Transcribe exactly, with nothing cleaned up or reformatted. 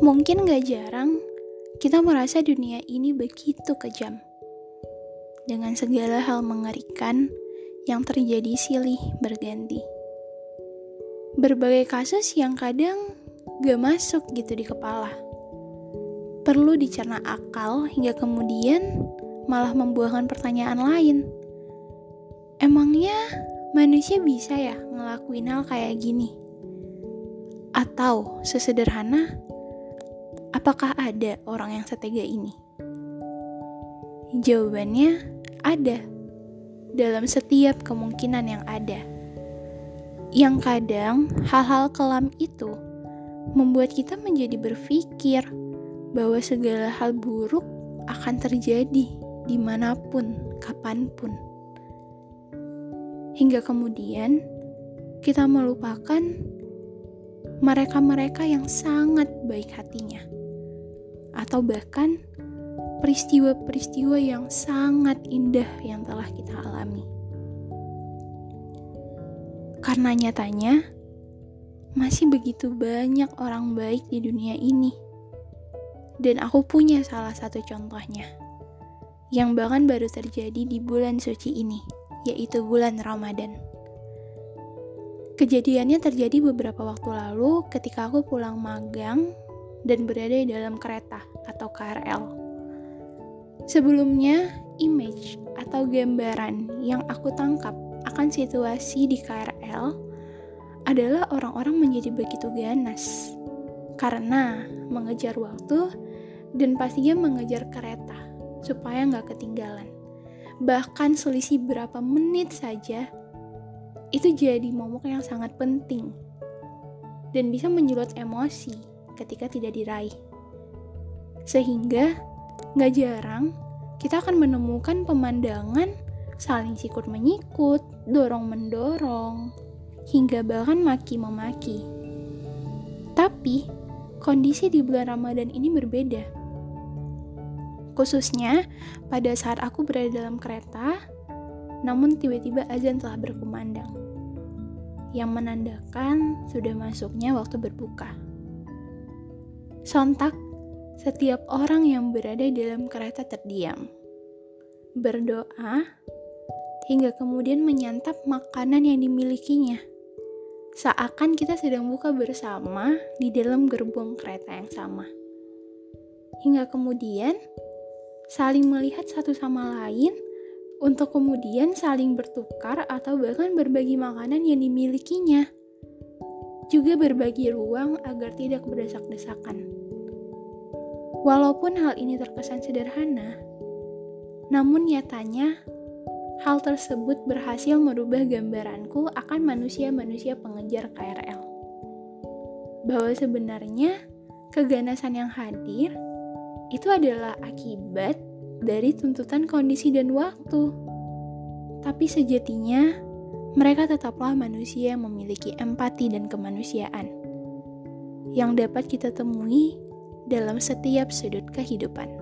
Mungkin gak jarang kita merasa dunia ini begitu kejam, dengan segala hal mengerikan yang terjadi silih berganti. Berbagai kasus yang kadang gak masuk gitu di kepala. Perlu dicerna akal hingga kemudian malah membuahkan pertanyaan lain. Emangnya manusia bisa ya ngelakuin hal kayak gini? Atau sesederhana, apakah ada orang yang setega ini? Jawabannya ada, dalam setiap kemungkinan yang ada. Yang kadang hal-hal kelam itu membuat kita menjadi berpikir bahwa segala hal buruk akan terjadi dimanapun, kapanpun. Hingga kemudian kita melupakan mereka-mereka yang sangat baik hatinya, atau bahkan peristiwa-peristiwa yang sangat indah yang telah kita alami. Karena nyatanya masih begitu banyak orang baik di dunia ini. Dan aku punya salah satu contohnya, yang bahkan baru terjadi di bulan suci ini, yaitu bulan Ramadan. Kejadiannya terjadi beberapa waktu lalu ketika aku pulang magang dan berada di dalam kereta atau K R L. Sebelumnya, image atau gambaran yang aku tangkap akan situasi di K R L adalah orang-orang menjadi begitu ganas karena mengejar waktu dan pastinya mengejar kereta supaya nggak ketinggalan. Bahkan selisih berapa menit saja itu jadi momok yang sangat penting dan bisa menyulut emosi ketika tidak diraih. Sehingga gak jarang kita akan menemukan pemandangan saling sikut-menyikut, dorong-mendorong, hingga bahkan maki-memaki. Tapi kondisi di bulan Ramadan ini berbeda. Khususnya pada saat aku berada dalam kereta, namun tiba-tiba azan telah berkumandang, yang menandakan sudah masuknya waktu berbuka. Sontak, setiap orang yang berada di dalam kereta terdiam, berdoa, hingga kemudian menyantap makanan yang dimilikinya. Seakan kita sedang buka bersama di dalam gerbong kereta yang sama. Hingga kemudian saling melihat satu sama lain untuk kemudian saling bertukar atau bahkan berbagi makanan yang dimilikinya. Juga berbagi ruang agar tidak berdesak-desakan. Walaupun hal ini terkesan sederhana, namun nyatanya hal tersebut berhasil merubah gambaranku akan manusia-manusia pengejar K R L. Bahwa sebenarnya keganasan yang hadir itu adalah akibat dari tuntutan kondisi dan waktu. Tapi sejatinya, mereka tetaplah manusia yang memiliki empati dan kemanusiaan yang dapat kita temui dalam setiap sudut kehidupan.